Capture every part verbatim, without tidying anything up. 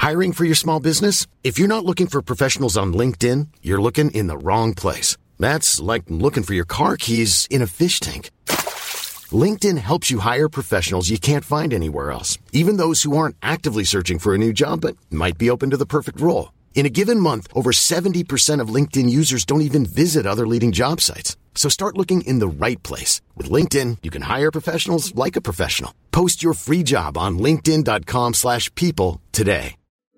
Hiring for your small business? If you're not looking for professionals on LinkedIn, you're looking in the wrong place. That's like looking for your car keys in a fish tank. LinkedIn helps you hire professionals you can't find anywhere else, even those who aren't actively searching for a new job but might be open to the perfect role. In a given month, over seventy percent of LinkedIn users don't even visit other leading job sites. So start looking in the right place. With LinkedIn, you can hire professionals like a professional. Post your free job on linkedin dot com slash people today.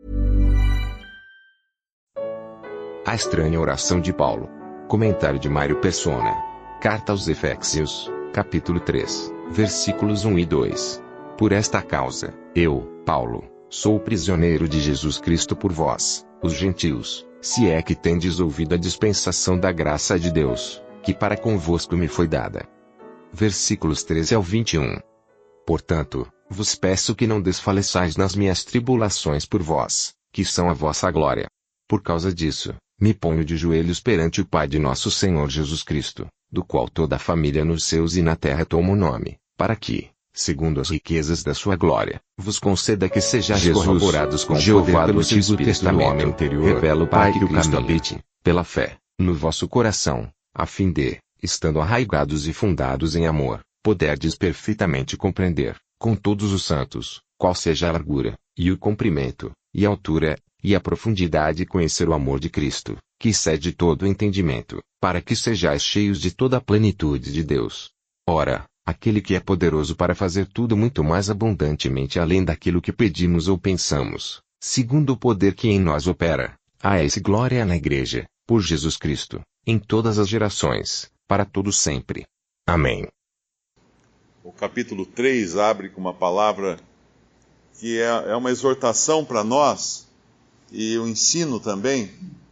A estranha oração de Paulo. Comentário de Mário Persona. Carta aos Efésios, capítulo três, versículos um e dois. Por esta causa, eu, Paulo, sou prisioneiro de Jesus Cristo por vós, os gentios, se é que tendes ouvido a dispensação da graça de Deus, que para convosco me foi dada. Versículos treze ao vinte e um. Portanto, vos peço que não desfaleçais nas minhas tribulações por vós, que são a vossa glória. Por causa disso, me ponho de joelhos perante o Pai de nosso Senhor Jesus Cristo, do qual toda a família nos céus e na terra toma o nome, para que, segundo as riquezas da sua glória, vos conceda que sejais Jesus, corroborados com Jeová o poder do pelo seu Antigo Espírito no Testamento, homem interior, revela o para Pai que que o Cristo caminha. habite, pela fé, no vosso coração, a fim de, estando arraigados e fundados em amor, poderdes perfeitamente compreender, com todos os santos, qual seja a largura, e o comprimento, e a altura, e a profundidade e conhecer o amor de Cristo, que excede todo o entendimento, para que sejais cheios de toda a plenitude de Deus. Ora, aquele que é poderoso para fazer tudo muito mais abundantemente além daquilo que pedimos ou pensamos, segundo o poder que em nós opera, a esse glória na Igreja, por Jesus Cristo, em todas as gerações, para todos sempre. Amém. O capítulo três abre com uma palavra que é, é uma exortação para nós, e o ensino também.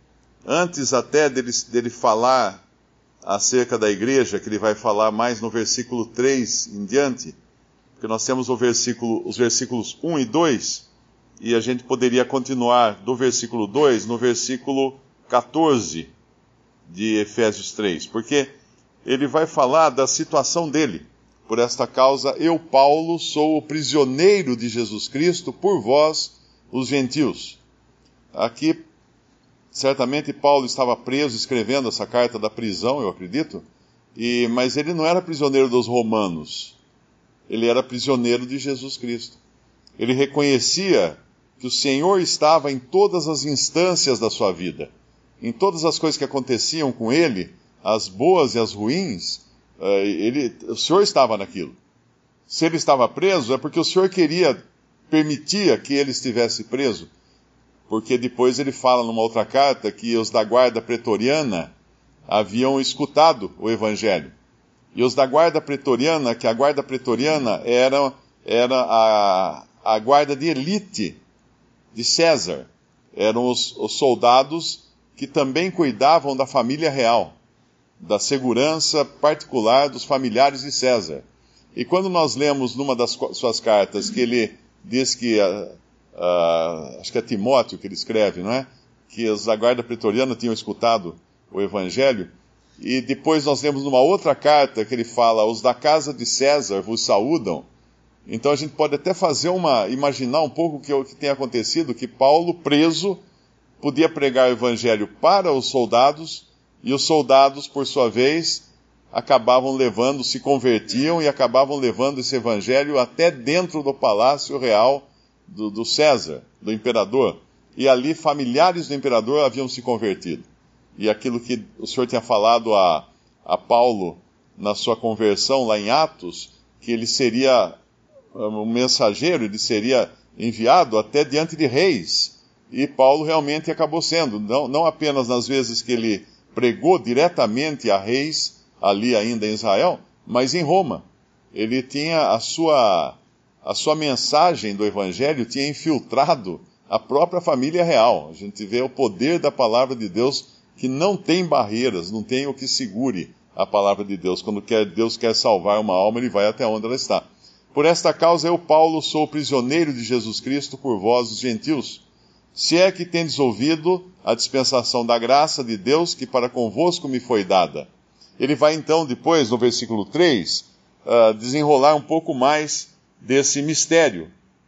Antes até dele, dele falar acerca da igreja, que ele vai falar mais no versículo três em diante, porque nós temos o versículo, os versículos um e dois, e a gente poderia continuar do versículo dois no versículo catorze de Efésios três, porque ele vai falar da situação dele. Por esta causa, eu, Paulo, sou o prisioneiro de Jesus Cristo por vós, os gentios. Aqui, certamente Paulo estava preso escrevendo essa carta da prisão, eu acredito, e, mas ele não era prisioneiro dos romanos, ele era prisioneiro de Jesus Cristo. Ele reconhecia que o Senhor estava em todas as instâncias da sua vida, em todas as coisas que aconteciam com ele, as boas e as ruins, ele, o Senhor estava naquilo. Se ele estava preso, é porque o Senhor queria, permitia que ele estivesse preso, porque depois ele fala numa outra carta que os da guarda pretoriana haviam escutado o evangelho. E os da guarda pretoriana, que a guarda pretoriana era, era a, a guarda de elite de César. Eram os, os soldados que também cuidavam da família real, da segurança particular dos familiares de César. E quando nós lemos numa das suas cartas que ele diz que... Uh, Uh, acho que é Timóteo que ele escreve, não é? Que os da guarda pretoriana tinham escutado o evangelho, e depois nós lemos numa outra carta que ele fala, os da casa de César vos saúdam. Então a gente pode até fazer uma, imaginar um pouco o que, o que tem acontecido, que Paulo, preso, podia pregar o evangelho para os soldados, e os soldados, por sua vez, acabavam levando, se convertiam e acabavam levando esse evangelho até dentro do palácio real Do, do César, do imperador, e ali familiares do imperador haviam se convertido. E aquilo que o Senhor tinha falado a, a Paulo na sua conversão lá em Atos, que ele seria um mensageiro, ele seria enviado até diante de reis, e Paulo realmente acabou sendo, não, não apenas nas vezes que ele pregou diretamente a reis, ali ainda em Israel, mas em Roma. Ele tinha a sua... A sua mensagem do Evangelho tinha infiltrado a própria família real. A gente vê o poder da palavra de Deus, que não tem barreiras, não tem o que segure a palavra de Deus. Quando quer, Deus quer salvar uma alma, ele vai até onde ela está. Por esta causa, eu, Paulo, sou prisioneiro de Jesus Cristo por vós, os gentios. Se é que tendes ouvido a dispensação da graça de Deus, que para convosco me foi dada. Ele vai então, depois, no versículo três, uh, desenrolar um pouco mais desse mistério.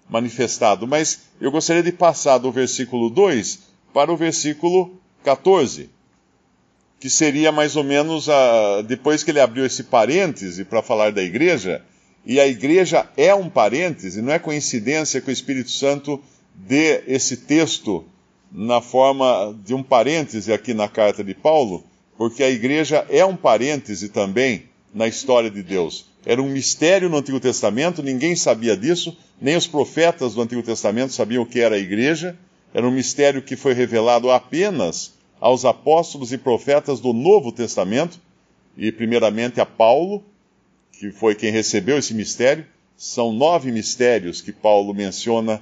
manifestado. Mas eu gostaria de passar do versículo dois para o versículo catorze, que seria mais ou menos a, depois que ele abriu esse parêntese para falar da igreja, e a igreja é um parêntese, não é coincidência que o Espírito Santo dê esse texto na forma de um parêntese aqui na carta de Paulo, porque a igreja é um parêntese também na história de Deus. Era um mistério no Antigo Testamento, ninguém sabia disso, nem os profetas do Antigo Testamento sabiam o que era a igreja. Era um mistério que foi revelado apenas aos apóstolos e profetas do Novo Testamento, e primeiramente a Paulo, que foi quem recebeu esse mistério. São nove mistérios que Paulo menciona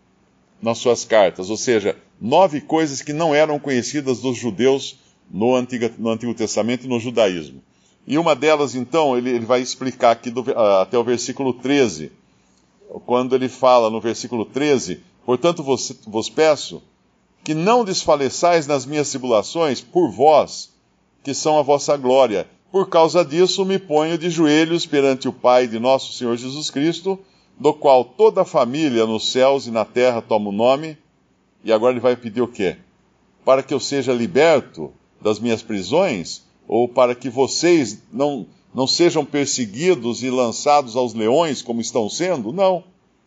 nas suas cartas, ou seja, nove coisas que não eram conhecidas dos judeus no Antigo, no Antigo Testamento e no judaísmo. E uma delas, então, ele, ele vai explicar aqui do, uh, até o versículo treze, quando ele fala no versículo treze, portanto vos, vos peço que não desfaleçais nas minhas tribulações por vós, que são a vossa glória. Por causa disso me ponho de joelhos perante o Pai de nosso Senhor Jesus Cristo, do qual toda a família nos céus e na terra toma o nome. E agora ele vai pedir o quê? Para que eu seja liberto das minhas prisões, ou para que vocês não, não sejam perseguidos e lançados aos leões, como estão sendo? Não.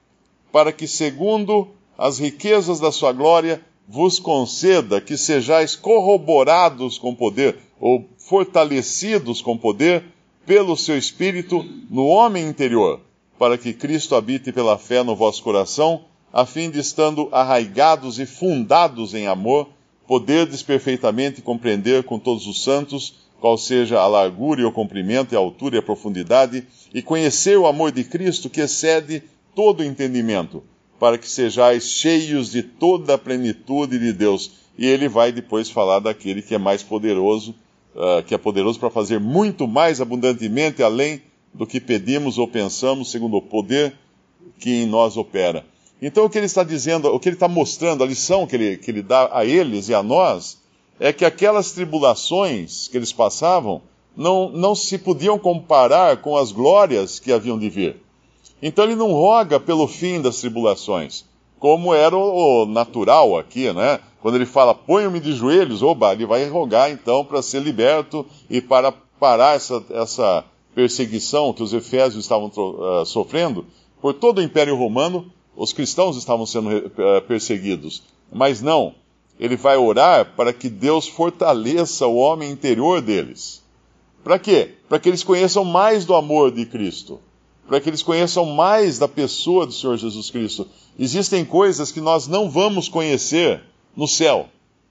Para que, segundo as riquezas da sua glória, vos conceda que sejais corroborados com poder, ou fortalecidos com poder, pelo seu Espírito no homem interior, para que Cristo habite pela fé no vosso coração, a fim de, estando arraigados e fundados em amor, poderdes perfeitamente compreender com todos os santos qual seja a largura e o comprimento e a altura e a profundidade, e conhecer o amor de Cristo que excede todo o entendimento, para que sejais cheios de toda a plenitude de Deus. E ele vai depois falar daquele que é mais poderoso, uh, que é poderoso para fazer muito mais abundantemente além do que pedimos ou pensamos, segundo o poder que em nós opera. Então o que ele está dizendo, o que ele está mostrando, a lição que ele, que ele dá a eles e a nós, é que aquelas tribulações que eles passavam não, não se podiam comparar com as glórias que haviam de vir. Então ele não roga pelo fim das tribulações, como era o, o natural aqui, né? Quando ele fala, ponho-me de joelhos, oba, ele vai rogar então para ser liberto e para parar essa, essa perseguição que os efésios estavam uh, sofrendo. Por todo o Império Romano, os cristãos estavam sendo uh, perseguidos. Mas não, ele vai orar para que Deus fortaleça o homem interior deles. Para quê? Para que eles conheçam mais do amor de Cristo. Para que eles conheçam mais da pessoa do Senhor Jesus Cristo. Existem coisas que nós não vamos conhecer no céu.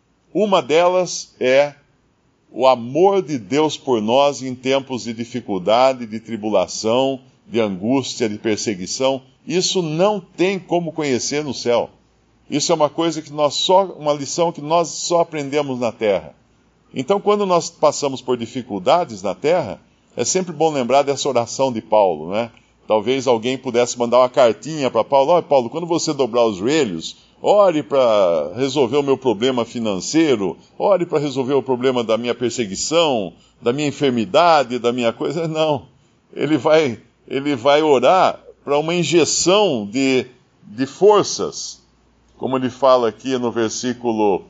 Uma delas é o amor de Deus por nós em tempos de dificuldade, de tribulação, de angústia, de perseguição. Isso não tem como conhecer no céu. Isso é uma coisa que nós só, uma lição que nós só aprendemos na terra. Então, quando nós passamos por dificuldades na terra, é sempre bom lembrar dessa oração de Paulo, né? Talvez alguém pudesse mandar uma cartinha para Paulo. Olha, Paulo, quando você dobrar os joelhos, ore para resolver o meu problema financeiro, ore para resolver o problema da minha perseguição, da minha enfermidade, da minha coisa. Não, ele vai, ele vai orar para uma injeção de, de forças, como ele fala aqui no versículo,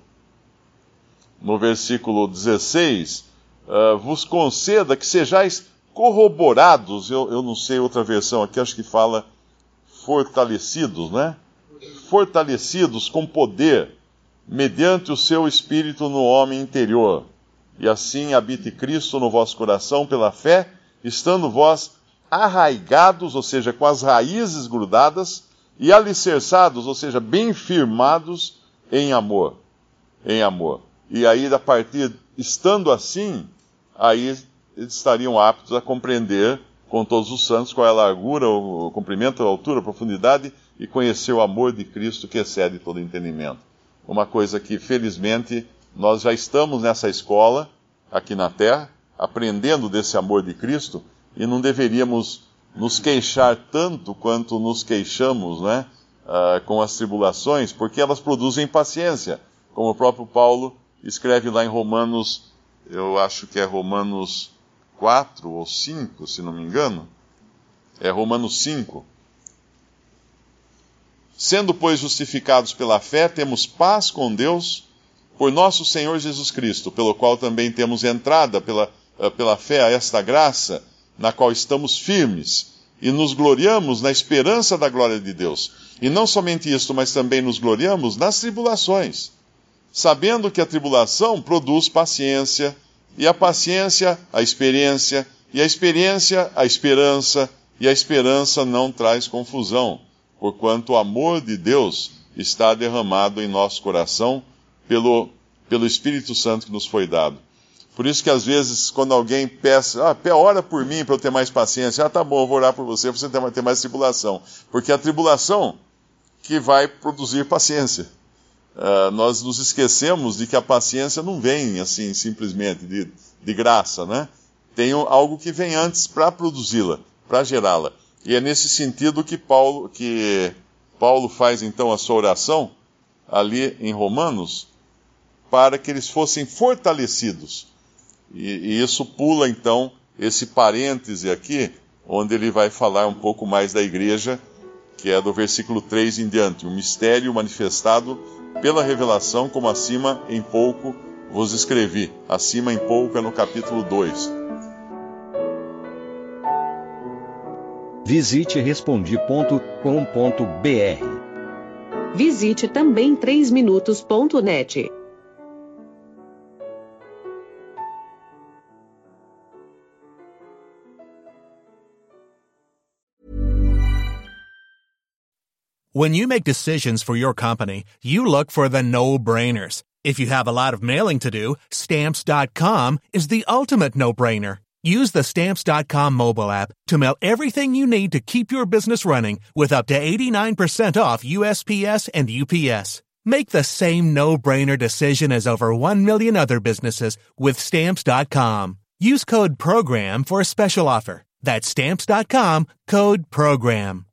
no versículo dezesseis, uh, vos conceda que sejais corroborados, eu, eu não sei outra versão aqui, acho que fala fortalecidos, né? Fortalecidos com poder, mediante o seu Espírito no homem interior, e assim habite Cristo no vosso coração pela fé, estando vós arraigados, ou seja, com as raízes grudadas, e alicerçados, ou seja, bem firmados em amor. Em amor. E aí, a partir, estando assim, aí eles estariam aptos a compreender com todos os santos qual é a largura, o comprimento, a altura, a profundidade, e conhecer o amor de Cristo que excede todo entendimento. Uma coisa que, felizmente, nós já estamos nessa escola, aqui na Terra, aprendendo desse amor de Cristo, e não deveríamos nos queixar tanto quanto nos queixamos, né, uh, com as tribulações, porque elas produzem paciência, como o próprio Paulo escreve lá em Romanos, eu acho que é Romanos quatro ou cinco, se não me engano, é Romanos cinco, Sendo, pois, justificados pela fé, temos paz com Deus por nosso Senhor Jesus Cristo, pelo qual também temos entrada pela, pela fé a esta graça, na qual estamos firmes, e nos gloriamos na esperança da glória de Deus. E não somente isto, mas também nos gloriamos nas tribulações, sabendo que a tribulação produz paciência, e a paciência, a experiência, e a experiência, a esperança, e a esperança não traz confusão, porquanto o amor de Deus está derramado em nosso coração pelo, pelo Espírito Santo que nos foi dado. Por isso que às vezes, quando alguém peça, ah, ora por mim para eu ter mais paciência, ah, tá bom, eu vou orar por você para você ter, ter mais tribulação. Porque a tribulação que vai produzir paciência. Uh, nós nos esquecemos de que a paciência não vem assim, simplesmente, de, de graça, né? Tem algo que vem antes para produzi-la, para gerá-la. E é nesse sentido que Paulo, que Paulo faz então a sua oração, ali em Romanos, para que eles fossem fortalecidos. E, e isso pula, então, esse parêntese aqui, onde ele vai falar um pouco mais da igreja, que é do versículo três em diante. O mistério manifestado pela revelação, como acima em pouco vos escrevi. Acima em pouco é no capítulo dois. Visite respondi ponto com ponto br. Visite também três minutos ponto net. When you make decisions for your company, you look for the no-brainers. If you have a lot of mailing to do, Stamps dot com is the ultimate no-brainer. Use the Stamps dot com mobile app to mail everything you need to keep your business running with up to eighty-nine percent off U S P S and U P S. Make the same no-brainer decision as over one million other businesses with Stamps dot com. Use code PROGRAM for a special offer. That's Stamps dot com, code PROGRAM.